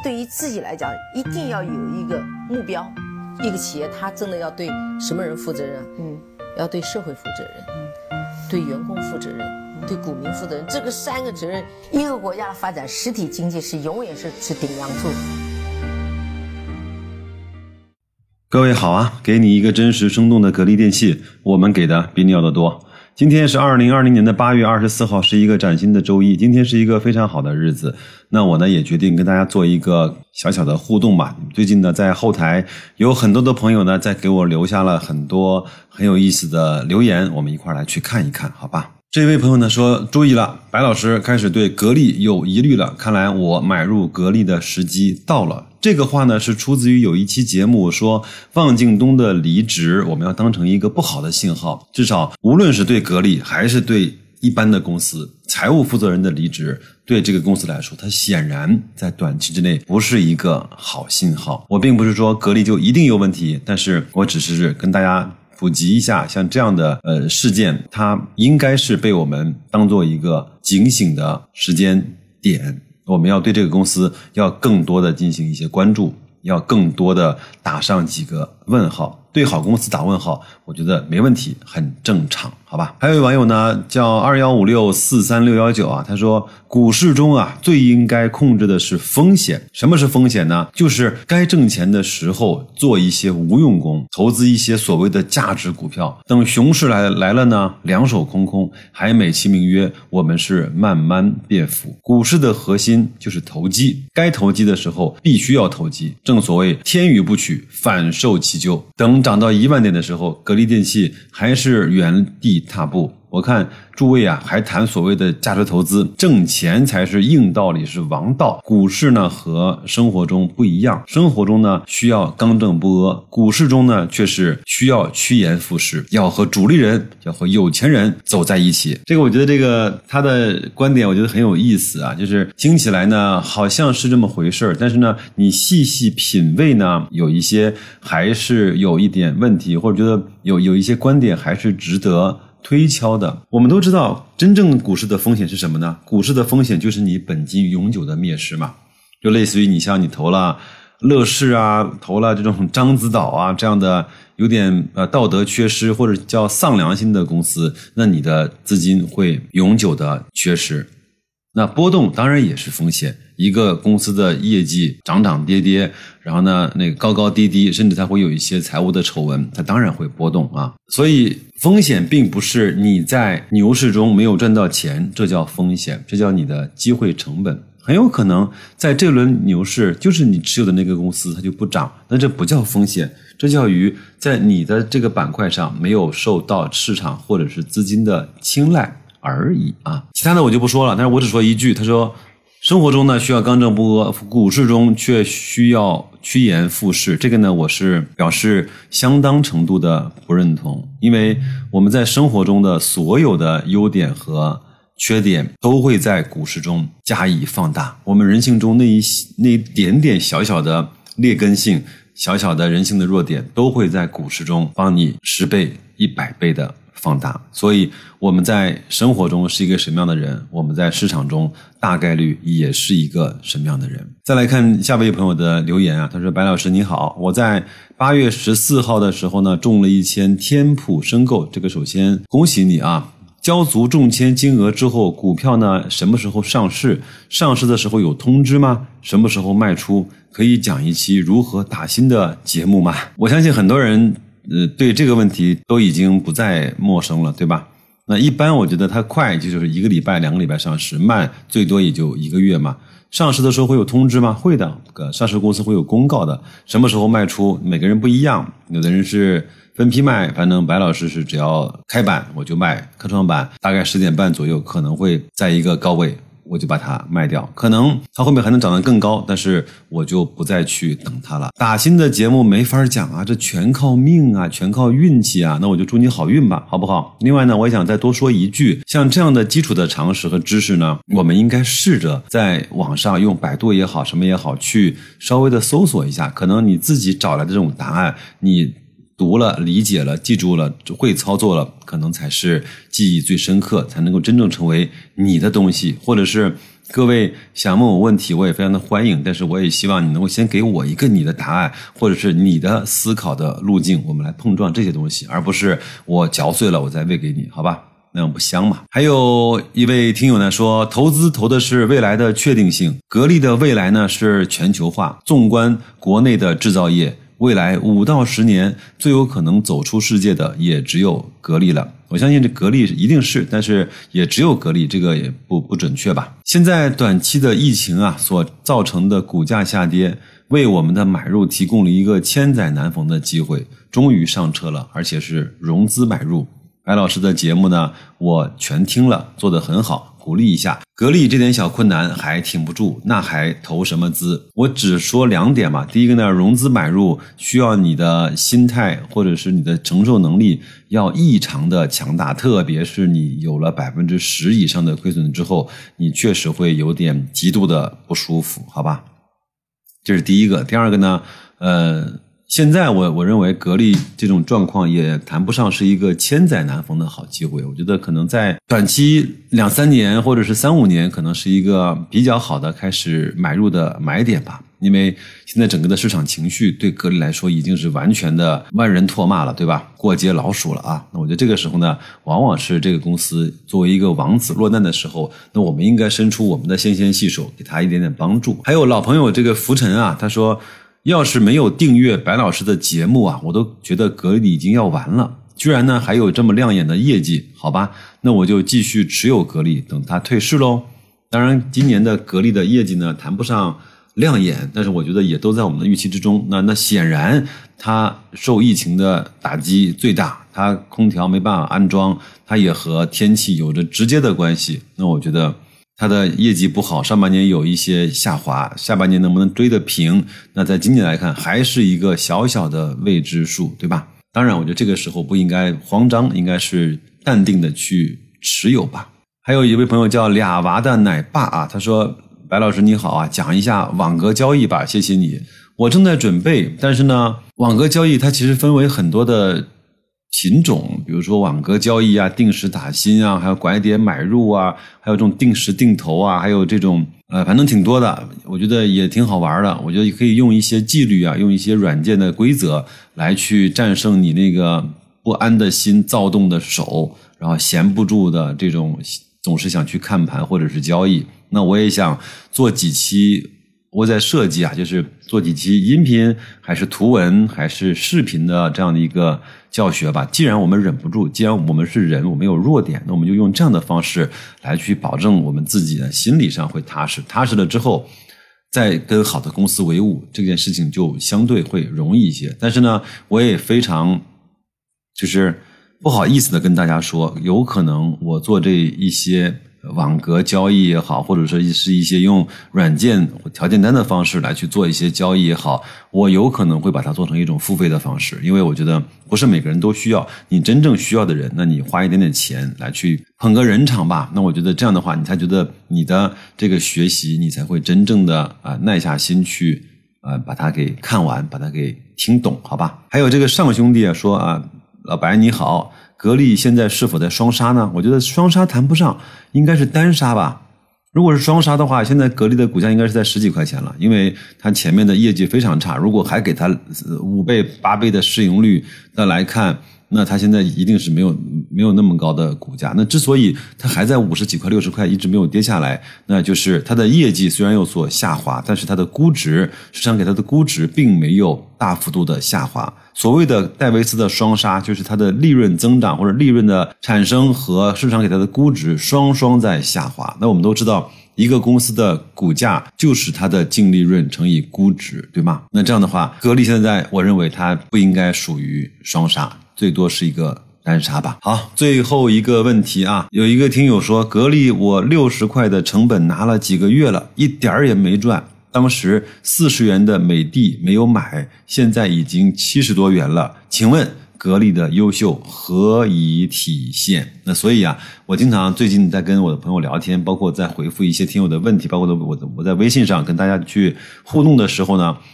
对于自己来讲，一定要有一个目标。一个企业它真的要对什么人负责任？要对社会负责任，对员工负责任，对股民负责任。这个3个责任，一个国家的发展，实体经济是永远是顶梁柱。 各位好啊，给你一个真实生动的格力电器，我们给的比你要的多。今天是2020年的8月24号，是一个崭新的周一，今天是一个非常好的日子。那我呢也决定跟大家做一个小小的互动吧。最近呢在后台有很多的朋友呢在给我留下了很多很有意思的留言，我们一块来去看一看，好吧。这位朋友呢说，注意了，白老师开始对格力有疑虑了，看来我买入格力的时机到了。这个话呢是出自于有一期节目说汪敬东的离职我们要当成一个不好的信号，至少无论是对格力还是对一般的公司，财务负责人的离职对这个公司来说，它显然在短期之内不是一个好信号。我并不是说格力就一定有问题，但是我只是跟大家普及一下，像这样的事件，它应该是被我们当做一个警醒的时间点，我们要对这个公司要更多的进行一些关注，要更多的打上几个问号。对好公司打问号，我觉得没问题，很正常，好吧。还有一位网友呢叫215643619啊，他说股市中啊最应该控制的是风险。什么是风险呢？就是该挣钱的时候做一些无用功，投资一些所谓的价值股票，等熊市来了呢两手空空，还美其名曰我们是慢慢变富。股市的核心就是投机，该投机的时候必须要投机，正所谓天与不取，反受其咎。等涨到1万点的时候，格力电器还是原地踏步。我看诸位啊还谈所谓的价值投资，挣钱才是硬道理，是王道。股市呢和生活中不一样，生活中呢需要刚正不阿，股市中呢却是需要趋炎附势，要和主力人，要和有钱人走在一起。这个我觉得他的观点我觉得很有意思啊，就是听起来呢好像是这么回事，但是呢你细细品味呢，有一些还是有一点问题，或者觉得有一些观点还是值得推敲的。我们都知道真正股市的风险是什么呢？股市的风险就是你本金永久的灭失嘛，就类似于你像你投了乐视啊，投了这种獐子岛啊这样的有点道德缺失或者叫丧良心的公司，那你的资金会永久的缺失。那波动当然也是风险，一个公司的业绩涨跌，然后呢那个高低，甚至它会有一些财务的丑闻，它当然会波动啊。所以风险并不是你在牛市中没有赚到钱，这叫风险，这叫你的机会成本。很有可能在这轮牛市就是你持有的那个公司它就不涨，那这不叫风险，这叫于在你的这个板块上没有受到市场或者是资金的青睐而已啊。其他的我就不说了，但是我只说一句，他说生活中呢需要刚正不阿，股市中却需要趋炎附势。这个呢我是表示相当程度的不认同，因为我们在生活中的所有的优点和缺点都会在股市中加以放大，我们人性中那一点点小小的劣根性，小小的人性的弱点都会在股市中帮你10倍100倍的放大。所以我们在生活中是一个什么样的人，我们在市场中大概率也是一个什么样的人。再来看下位朋友的留言啊，他说白老师你好，我在8月14号的时候呢中了1000天普申购，这个首先恭喜你啊。交足中签金额之后，股票呢什么时候上市？上市的时候有通知吗？什么时候卖出？可以讲一期如何打新的节目吗？我相信很多人对这个问题都已经不再陌生了，对吧？那一般我觉得它快就是1个礼拜2个礼拜上市，慢最多也就1个月嘛。上市的时候会有通知吗？会的，上市公司会有公告的。什么时候卖出？每个人不一样，有的人是分批卖，反正白老师是只要开板我就卖，科创板大概10点半左右可能会在一个高位，我就把它卖掉，可能它后面还能涨得更高，但是我就不再去等它了。打新的节目没法讲啊，这全靠命啊，全靠运气啊，那我就祝你好运吧，好不好？另外呢，我也想再多说一句，像这样的基础的常识和知识呢，我们应该试着在网上用百度也好什么也好去稍微的搜索一下，可能你自己找来的这种答案你读了理解了记住了会操作了，可能才是记忆最深刻，才能够真正成为你的东西，或者是各位想问我问题，我也非常的欢迎，但是我也希望你能够先给我一个你的答案，或者是你的思考的路径，我们来碰撞这些东西，而不是我嚼碎了我再喂给你，好吧？那样不香嘛。还有一位听友呢说，投资投的是未来的确定性，格力的未来呢是全球化，纵观国内的制造业，未来5到10年最有可能走出世界的也只有格力了。我相信这格力一定是，但是也只有格力，这个也不准确吧。现在短期的疫情啊所造成的股价下跌，为我们的买入提供了一个千载难逢的机会，终于上车了，而且是融资买入。白老师的节目呢我全听了，做得很好，鼓励一下。格力这点小困难还挺不住，那还投什么资？我只说2点嘛。第一个呢，融资买入需要你的心态或者是你的承受能力要异常的强大，特别是你有了10%以上的亏损之后，你确实会有点极度的不舒服，好吧？这是第一个。第二个呢，现在我认为格力这种状况也谈不上是一个千载难逢的好机会，我觉得可能在短期2-3年或者是3-5年可能是一个比较好的开始买入的买点吧。因为现在整个的市场情绪对格力来说已经是完全的万人唾骂了，对吧？过街老鼠了啊。那我觉得这个时候呢，往往是这个公司作为一个王子落难的时候，那我们应该伸出我们的纤纤细手，给他一点点帮助。还有老朋友这个浮尘啊，他说要是没有订阅白老师的节目啊，我都觉得格力已经要完了。居然呢还有这么亮眼的业绩，好吧，那我就继续持有格力，等它退市咯。当然今年的格力的业绩呢谈不上亮眼，但是我觉得也都在我们的预期之中。那显然它受疫情的打击最大，它空调没办法安装，它也和天气有着直接的关系。那我觉得它的业绩不好，上半年有一些下滑，下半年能不能追得平，那在今年来看还是一个小小的未知数，对吧？当然我觉得这个时候不应该慌张，应该是淡定的去持有吧。还有一位朋友叫俩娃的奶爸啊，他说白老师你好啊，讲一下网格交易吧，谢谢你。我正在准备，但是呢网格交易它其实分为很多的品种，比如说网格交易啊，定时打新啊，还有拐点买入啊，还有这种定时定投啊，还有这种反正挺多的，我觉得也挺好玩的。我觉得可以用一些纪律啊，用一些软件的规则来去战胜你那个不安的心、躁动的手，然后闲不住的这种总是想去看盘或者是交易。那我也想做几期，我在设计啊，就是做几期音频还是图文还是视频的这样的一个教学吧。既然我们忍不住，既然我们是人，我们有弱点，那我们就用这样的方式来去保证我们自己的心理上会踏实，踏实了之后再跟好的公司为伍，这件事情就相对会容易一些。但是呢我也非常就是不好意思的跟大家说，有可能我做这一些网格交易也好，或者说是一些用软件条件单的方式来去做一些交易也好，我有可能会把它做成一种付费的方式。因为我觉得不是每个人都需要，你真正需要的人，那你花一点点钱来去捧个人场吧，那我觉得这样的话你才觉得你的这个学习你才会真正的耐下心去把它给看完，把它给听懂，好吧。还有这个上兄弟说老白你好，格力现在是否在双杀呢？我觉得双杀谈不上，应该是单杀吧。如果是双杀的话，现在格力的股价应该是在10几块钱了，因为它前面的业绩非常差，如果还给它5倍8倍的市盈率的来看，那它现在一定是没有那么高的股价。那之所以它还在50几块60块一直没有跌下来，那就是它的业绩虽然有所下滑，但是它的估值，市场给它的估值并没有大幅度的下滑。所谓的戴维斯的双杀，就是它的利润增长或者利润的产生和市场给它的估值双双在下滑。那我们都知道一个公司的股价就是它的净利润乘以估值，对吗？那这样的话格力现在我认为它不应该属于双杀，最多是一个单杀吧。好，最后一个问题啊，有一个听友说格力我60块的成本拿了几个月了，一点儿也没赚，当时40元的美的没有买，现在已经70多元了，请问格力的优秀何以体现？那所以啊，我经常最近在跟我的朋友聊天，包括在回复一些听友的问题，包括我在微信上跟大家去互动的时候呢，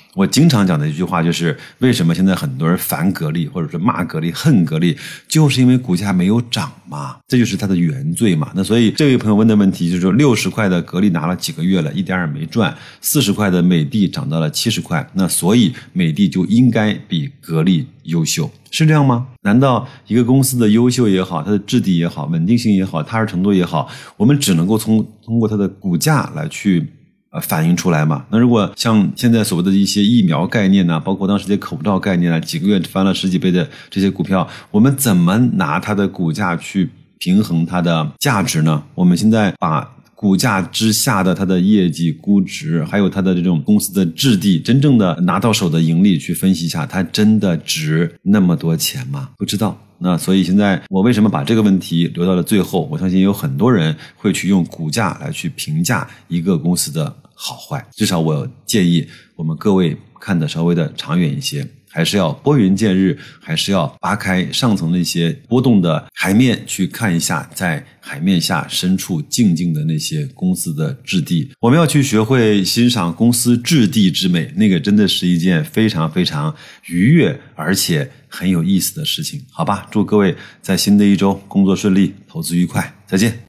我经常讲的一句话就是，为什么现在很多人烦格力，或者说骂格力、恨格力，就是因为股价没有涨嘛，这就是它的原罪嘛。那所以这位朋友问的问题就是说，60块的格力拿了几个月了，一点也没赚；40块的美的涨到了70块，那所以美的就应该比格力优秀，是这样吗？难道一个公司的优秀也好，它的质地也好，稳定性也好，踏实程度也好，我们只能够通过它的股价来去反映出来嘛？那如果像现在所谓的一些疫苗概念包括当时的口罩概念几个月翻了10几倍的这些股票，我们怎么拿它的股价去平衡它的价值呢？我们现在把股价之下的它的业绩估值，还有它的这种公司的质地，真正的拿到手的盈利去分析一下，它真的值那么多钱吗？不知道。那所以现在我为什么把这个问题留到了最后？我相信有很多人会去用股价来去评价一个公司的好坏，至少我建议我们各位看的稍微的长远一些，还是要拨云见日，还是要扒开上层那些波动的海面，去看一下在海面下深处静静的那些公司的质地。我们要去学会欣赏公司质地之美，那个真的是一件非常非常愉悦而且很有意思的事情，好吧？祝各位在新的一周工作顺利，投资愉快，再见。